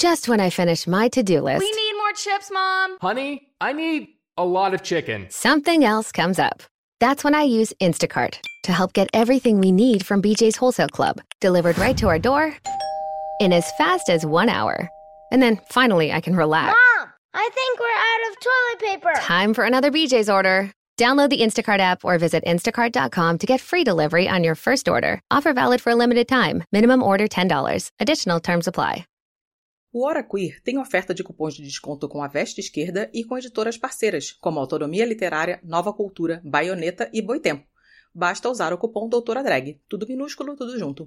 Just when I finish my to-do list, We need more chips, Mom. Honey, I need a lot of chicken. something else comes up. That's when I use Instacart to help get everything we need from BJ's Wholesale Club delivered right to our door in as fast as 1 hour. And then finally I can relax. Mom, I think we're out of toilet paper. Time for another BJ's order. Download the Instacart app or visit instacart.com to get free delivery on your first order. Offer valid for a limited time. Minimum order $10. Additional terms apply. O Hora Queer tem oferta de cupons de desconto com a Veste Esquerda e com editoras parceiras, como Autonomia Literária, Nova Cultura, Baioneta e Boitempo. Basta usar o cupom Doutora Drag. Tudo minúsculo, tudo junto.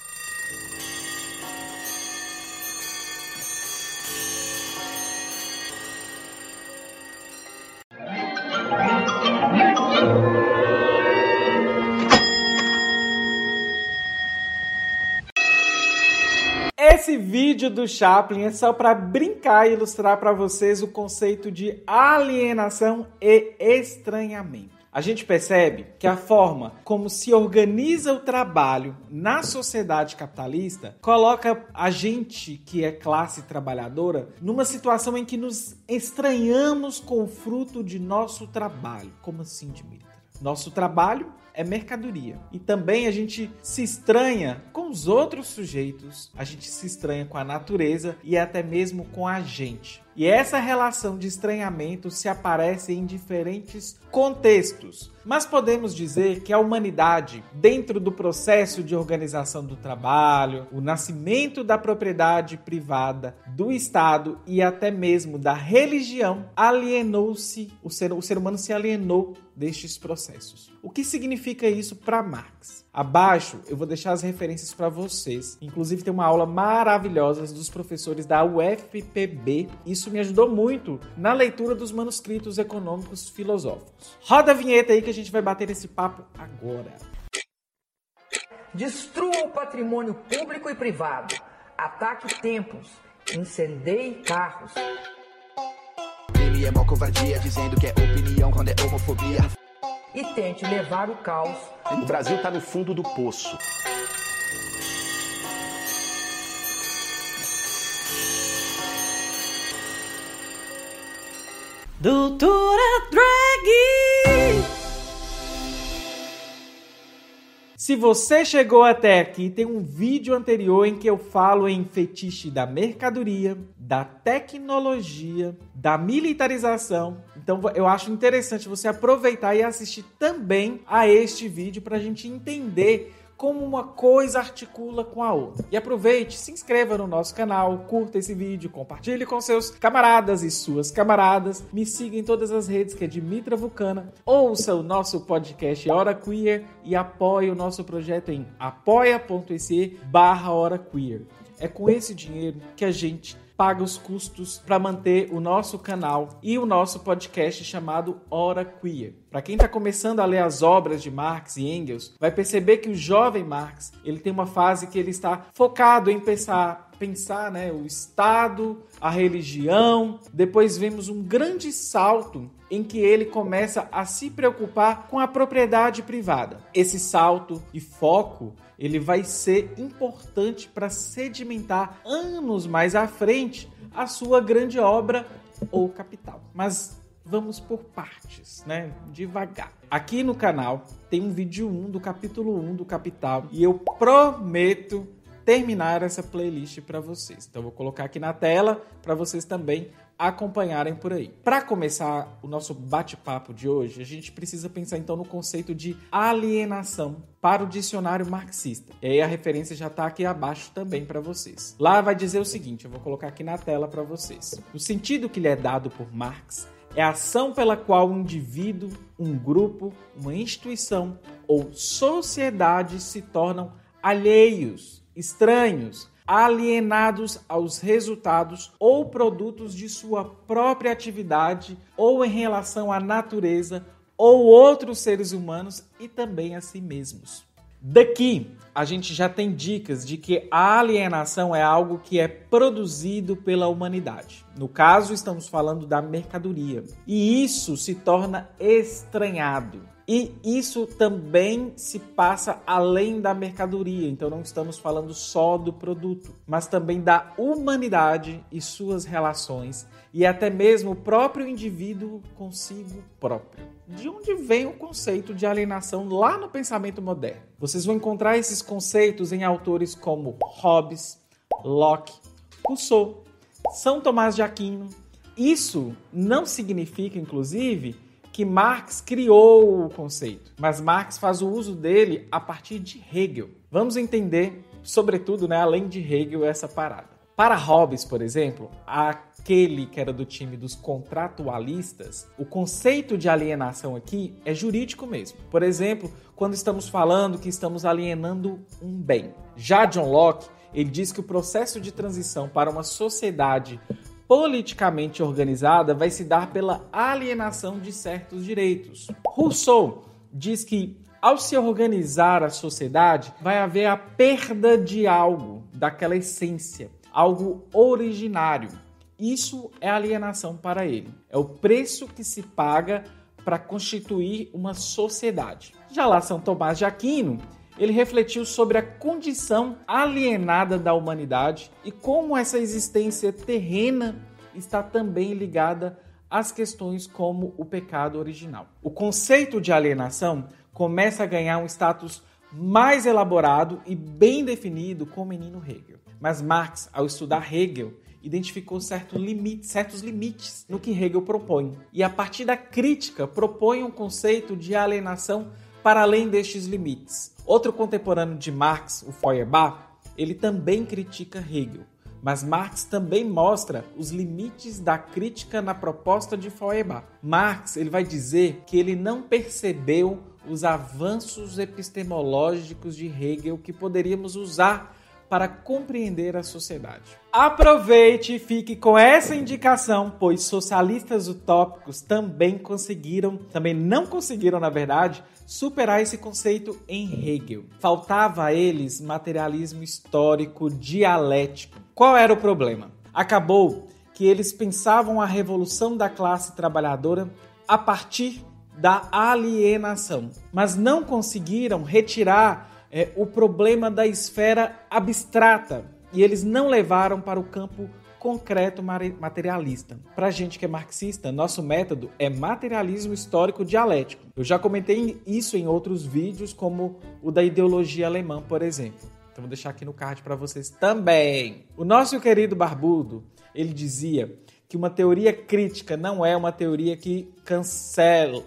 Esse vídeo do Chaplin é só para brincar e ilustrar para vocês o conceito de alienação e estranhamento. A gente percebe que a forma como se organiza o trabalho na sociedade capitalista coloca a gente, que é classe trabalhadora, numa situação em que nos estranhamos com o fruto de nosso trabalho. Como assim, Dimitra? Nosso trabalho é mercadoria. E também a gente se estranha com os outros sujeitos, a gente se estranha com a natureza e até mesmo com a gente. E essa relação de estranhamento se aparece em diferentes contextos. Mas podemos dizer que a humanidade, dentro do processo de organização do trabalho, o nascimento da propriedade privada, do Estado e até mesmo da religião, alienou-se, o ser humano se alienou destes processos. O que significa isso para Marx? Abaixo eu vou deixar as referências para vocês. Inclusive tem uma aula maravilhosa dos professores da UFPB. Isso me ajudou muito na leitura dos manuscritos econômicos filosóficos. Roda a vinheta aí que a gente vai bater esse papo agora. Destrua o patrimônio público e privado. Ataque templos. Incendeie carros. Ele é mó covardia, dizendo que é opinião quando é homofobia. E tente levar o caos. O Brasil está no fundo do poço. Doutora Drag! Se você chegou até aqui, tem um vídeo anterior em que eu falo em fetiche da mercadoria, da tecnologia, da militarização. Então eu acho interessante você aproveitar e assistir também a este vídeo para a gente entender como uma coisa articula com a outra. E aproveite, se inscreva no nosso canal, curta esse vídeo, compartilhe com seus camaradas e suas camaradas, me siga em todas as redes, que é Dimitra Vulcana, ouça o nosso podcast Hora Queer e apoie o nosso projeto em apoia.se/Hora Queer. É com esse dinheiro que a gente paga os custos para manter o nosso canal e o nosso podcast chamado Hora Queer. Para quem está começando a ler as obras de Marx e Engels, vai perceber que o jovem Marx ele tem uma fase que ele está focado em pensar, né, o Estado, a religião. Depois vemos um grande salto em que ele começa a se preocupar com a propriedade privada. Esse salto e foco ele vai ser importante para sedimentar anos mais à frente a sua grande obra, O Capital. Mas vamos por partes, né? Devagar. Aqui no canal tem um vídeo 1 do capítulo 1 do Capital e eu prometo terminar essa playlist para vocês. Então eu vou colocar aqui na tela para vocês também acompanharem por aí. Para começar o nosso bate-papo de hoje, a gente precisa pensar então no conceito de alienação para o dicionário marxista. E aí a referência já está aqui abaixo também para vocês. Lá vai dizer o seguinte, eu vou colocar aqui na tela para vocês. O sentido que lhe é dado por Marx é a ação pela qual um indivíduo, um grupo, uma instituição ou sociedade se tornam alheios, estranhos, alienados aos resultados ou produtos de sua própria atividade ou em relação à natureza ou outros seres humanos e também a si mesmos. Daqui, a gente já tem dicas de que a alienação é algo que é produzido pela humanidade. No caso, estamos falando da mercadoria. E isso se torna estranhado. E isso também se passa além da mercadoria, então não estamos falando só do produto, mas também da humanidade e suas relações, e até mesmo o próprio indivíduo consigo próprio. De onde vem o conceito de alienação lá no pensamento moderno? Vocês vão encontrar esses conceitos em autores como Hobbes, Locke, Rousseau, São Tomás de Aquino. Isso não significa, inclusive, que Marx criou o conceito, mas Marx faz o uso dele a partir de Hegel. Vamos entender, sobretudo, além de Hegel, essa parada. Para Hobbes, por exemplo, aquele que era do time dos contratualistas, o conceito de alienação aqui é jurídico mesmo. Por exemplo, quando estamos falando que estamos alienando um bem. Já John Locke, ele diz que o processo de transição para uma sociedade politicamente organizada vai se dar pela alienação de certos direitos. Rousseau diz que, ao se organizar a sociedade, vai haver a perda de algo, daquela essência, algo originário. Isso é alienação para ele. É o preço que se paga para constituir uma sociedade. Já lá São Tomás de Aquino, ele refletiu sobre a condição alienada da humanidade e como essa existência terrena está também ligada às questões como o pecado original. O conceito de alienação começa a ganhar um status mais elaborado e bem definido com o menino Hegel. Mas Marx, ao estudar Hegel, identificou certos limites no que Hegel propõe. E a partir da crítica, propõe um conceito de alienação para além destes limites. Outro contemporâneo de Marx, o Feuerbach, ele também critica Hegel. Mas Marx também mostra os limites da crítica na proposta de Feuerbach. Marx ele vai dizer que ele não percebeu os avanços epistemológicos de Hegel que poderíamos usar para compreender a sociedade. Aproveite e fique com essa indicação, pois socialistas utópicos também não conseguiram, na verdade, superar esse conceito em Hegel. Faltava a eles materialismo histórico dialético. Qual era o problema? Acabou que eles pensavam a revolução da classe trabalhadora a partir da alienação, mas não conseguiram retirar o problema da esfera abstrata e eles não levaram para o campo concreto materialista. Para a gente que é marxista, nosso método é materialismo histórico dialético. Eu já comentei isso em outros vídeos, como o da ideologia alemã, por exemplo. Então vou deixar aqui no card para vocês também. O nosso querido Barbudo, ele dizia que uma teoria crítica não é uma teoria que cancela...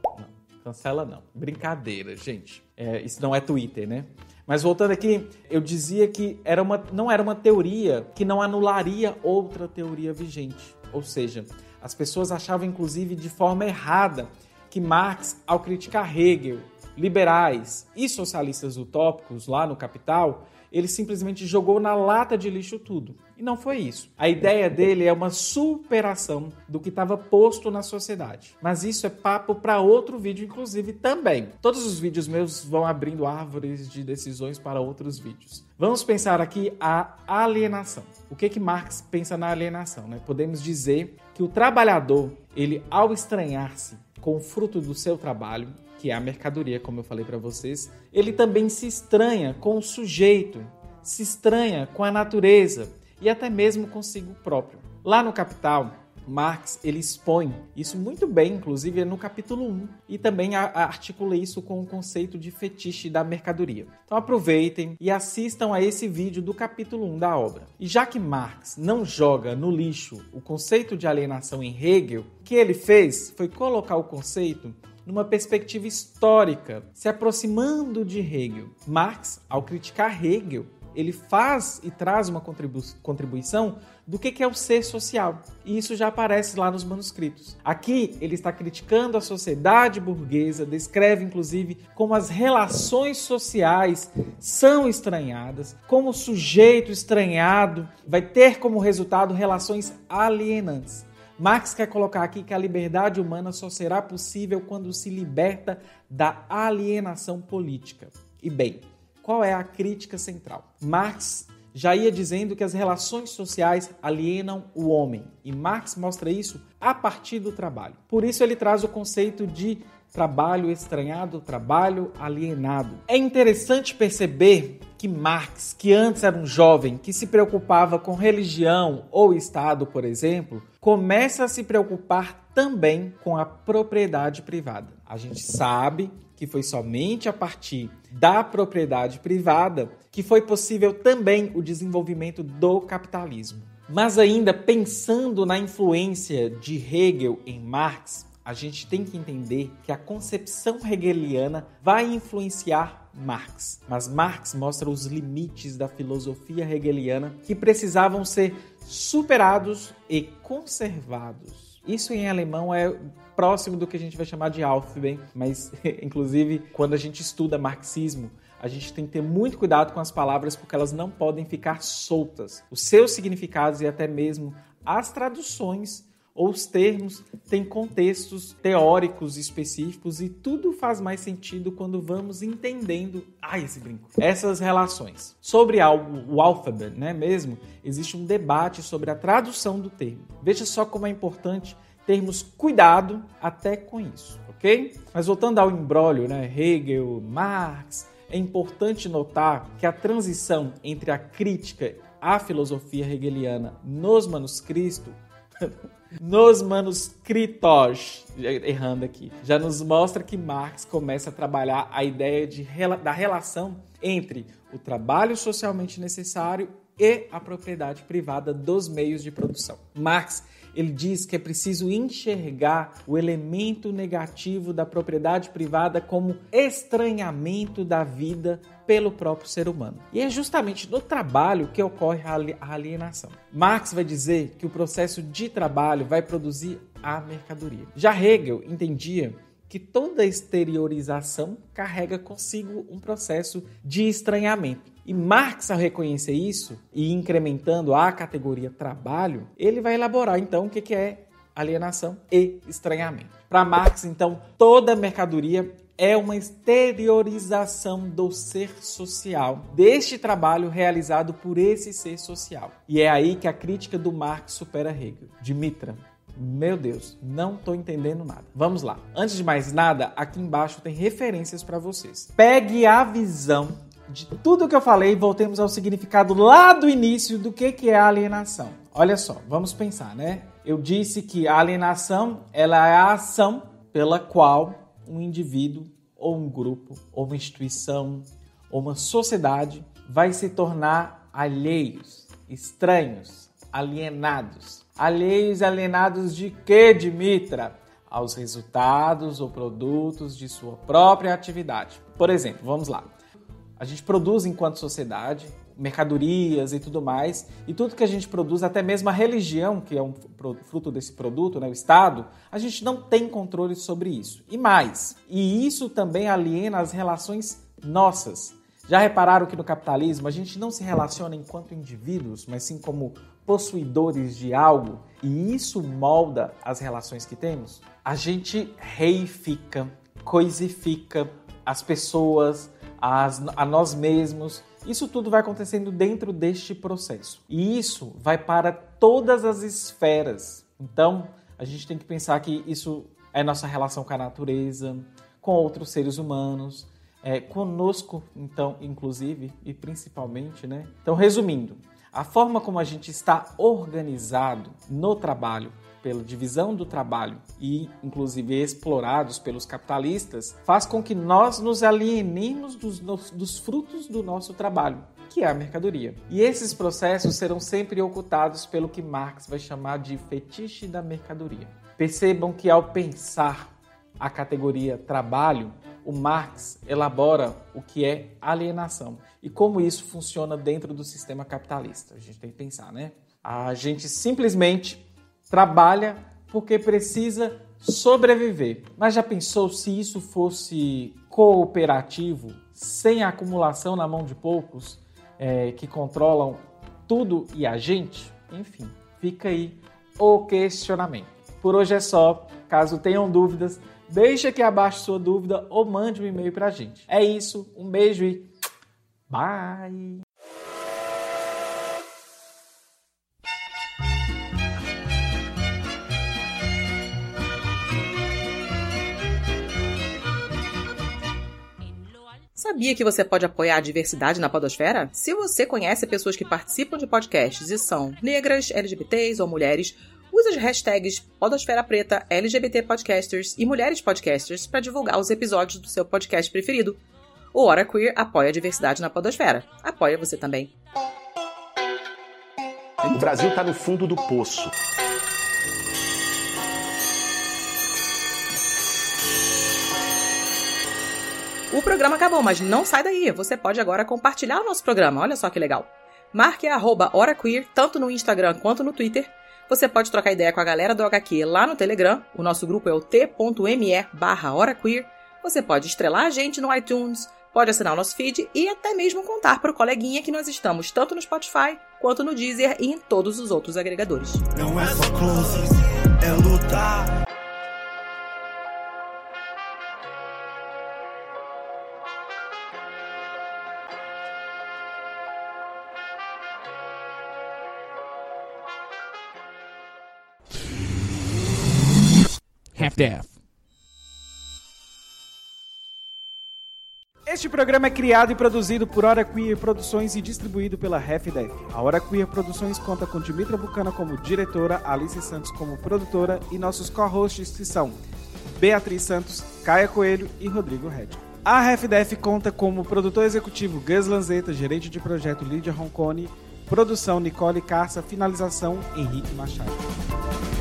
Cancela não. Brincadeira, gente. Isso não é Twitter, né? Mas voltando aqui, eu dizia que não era uma teoria que não anularia outra teoria vigente. Ou seja, as pessoas achavam, inclusive, de forma errada, que Marx, ao criticar Hegel, liberais e socialistas utópicos lá no Capital, ele simplesmente jogou na lata de lixo tudo. E não foi isso. A ideia dele é uma superação do que estava posto na sociedade. Mas isso é papo para outro vídeo, inclusive, também. Todos os vídeos meus vão abrindo árvores de decisões para outros vídeos. Vamos pensar aqui a alienação. O que Marx pensa na alienação, né? Podemos dizer que o trabalhador, ele, ao estranhar-se com o fruto do seu trabalho, que é a mercadoria, como eu falei para vocês, ele também se estranha com o sujeito, se estranha com a natureza e até mesmo consigo próprio. Lá no Capital, Marx ele expõe isso muito bem, inclusive no capítulo 1, e também articula isso com o conceito de fetiche da mercadoria. Então aproveitem e assistam a esse vídeo do capítulo 1 da obra. E já que Marx não joga no lixo o conceito de alienação em Hegel, o que ele fez foi colocar o conceito numa perspectiva histórica, se aproximando de Hegel. Marx, ao criticar Hegel, ele faz e traz uma contribuição do que é o ser social. E isso já aparece lá nos manuscritos. Aqui, ele está criticando a sociedade burguesa, descreve, inclusive, como as relações sociais são estranhadas, como o sujeito estranhado vai ter como resultado relações alienantes. Marx quer colocar aqui que a liberdade humana só será possível quando se liberta da alienação política. E bem, qual é a crítica central? Marx já ia dizendo que as relações sociais alienam o homem. E Marx mostra isso a partir do trabalho. Por isso ele traz o conceito de trabalho estranhado, trabalho alienado. É interessante perceber que Marx, que antes era um jovem que se preocupava com religião ou Estado, por exemplo, começa a se preocupar também com a propriedade privada. A gente sabe que foi somente a partir da propriedade privada que foi possível também o desenvolvimento do capitalismo. Mas ainda pensando na influência de Hegel em Marx, a gente tem que entender que a concepção hegeliana vai influenciar Marx. Mas Marx mostra os limites da filosofia hegeliana que precisavam ser superados e conservados. Isso em alemão é próximo do que a gente vai chamar de Aufheben, mas inclusive quando a gente estuda marxismo, a gente tem que ter muito cuidado com as palavras porque elas não podem ficar soltas. Os seus significados e até mesmo as traduções ou os termos têm contextos teóricos específicos e tudo faz mais sentido quando vamos entendendo essas relações. Sobre o Aufheben, né, mesmo, existe um debate sobre a tradução do termo. Veja só como é importante termos cuidado até com isso, ok? Mas voltando ao imbróglio, né, Hegel, Marx, é importante notar que a transição entre a crítica à filosofia hegeliana nos manuscritos, errando aqui, já nos mostra que Marx começa a trabalhar a ideia da relação entre o trabalho socialmente necessário e a propriedade privada dos meios de produção. Marx, ele diz que é preciso enxergar o elemento negativo da propriedade privada como estranhamento da vida pelo próprio ser humano. E é justamente no trabalho que ocorre a alienação. Marx vai dizer que o processo de trabalho vai produzir a mercadoria. Já Hegel entendia que toda exteriorização carrega consigo um processo de estranhamento. E Marx, ao reconhecer isso e incrementando a categoria trabalho, ele vai elaborar, então, o que é alienação e estranhamento. Para Marx, então, toda mercadoria é uma exteriorização do ser social, deste trabalho realizado por esse ser social. E é aí que a crítica do Marx supera Hegel. Dimitra, meu Deus, não estou entendendo nada. Vamos lá. Antes de mais nada, aqui embaixo tem referências para vocês. Pegue a visão de tudo que eu falei e voltemos ao significado lá do início do que é a alienação. Olha só, vamos pensar, né? Eu disse que a alienação ela é a ação pela qual um indivíduo ou um grupo ou uma instituição ou uma sociedade vai se tornar alheios, estranhos, alienados. Alienados de quê, Dimitra? Aos resultados ou produtos de sua própria atividade. Por exemplo, vamos lá. A gente produz enquanto sociedade, mercadorias e tudo mais, e tudo que a gente produz, até mesmo a religião, que é um fruto desse produto, né, o Estado, a gente não tem controle sobre isso. E mais, e isso também aliena as relações nossas. Já repararam que no capitalismo a gente não se relaciona enquanto indivíduos, mas sim como possuidores de algo, e isso molda as relações que temos? A gente reifica, coisifica as pessoas, a nós mesmos. Isso tudo vai acontecendo dentro deste processo. E isso vai para todas as esferas. Então, a gente tem que pensar que isso é nossa relação com a natureza, com outros seres humanos, conosco, então, inclusive, e principalmente, né? Então, resumindo, a forma como a gente está organizado no trabalho, pela divisão do trabalho e, inclusive, explorados pelos capitalistas, faz com que nós nos alienemos dos frutos do nosso trabalho, que é a mercadoria. E esses processos serão sempre ocultados pelo que Marx vai chamar de fetiche da mercadoria. Percebam que, ao pensar a categoria trabalho, o Marx elabora o que é alienação e como isso funciona dentro do sistema capitalista. A gente tem que pensar, né? A gente simplesmente trabalha porque precisa sobreviver. Mas já pensou se isso fosse cooperativo, sem acumulação na mão de poucos, que controlam tudo e a gente? Enfim, fica aí o questionamento. Por hoje é só. Caso tenham dúvidas, deixe aqui abaixo sua dúvida ou mande um e-mail pra gente. É isso, um beijo e bye! sabia que você pode apoiar a diversidade na podosfera? Se você conhece pessoas que participam de podcasts e são negras, LGBTs ou mulheres, use as hashtags Podosfera Preta, LGBT Podcasters e Mulheres Podcasters para divulgar os episódios do seu podcast preferido. O Hora Queer apoia a diversidade na podosfera. Apoia você também. O Brasil está no fundo do poço. O programa acabou, mas não sai daí. Você pode agora compartilhar o nosso programa. Olha só que legal. Marque a @HoraQueer, tanto no Instagram quanto no Twitter. Você pode trocar ideia com a galera do HQ lá no Telegram. O nosso grupo é o t.me/HoraQueer. Você pode estrelar a gente no iTunes, pode assinar o nosso feed e até mesmo contar para o coleguinha que nós estamos tanto no Spotify quanto no Deezer e em todos os outros agregadores. Não é só closes, é lutar. Half-Death. Este programa é criado e produzido por Hora Queer Produções e distribuído pela Half-Death. A Hora Queer Produções conta com Dimitra Bucana como diretora, Alice Santos como produtora e nossos co-hosts que são Beatriz Santos, Caia Coelho e Rodrigo Red. A Half-Death conta como produtor executivo Gus Lanzetta, gerente de projeto Lídia Roncone, produção Nicole Carça, finalização Henrique Machado.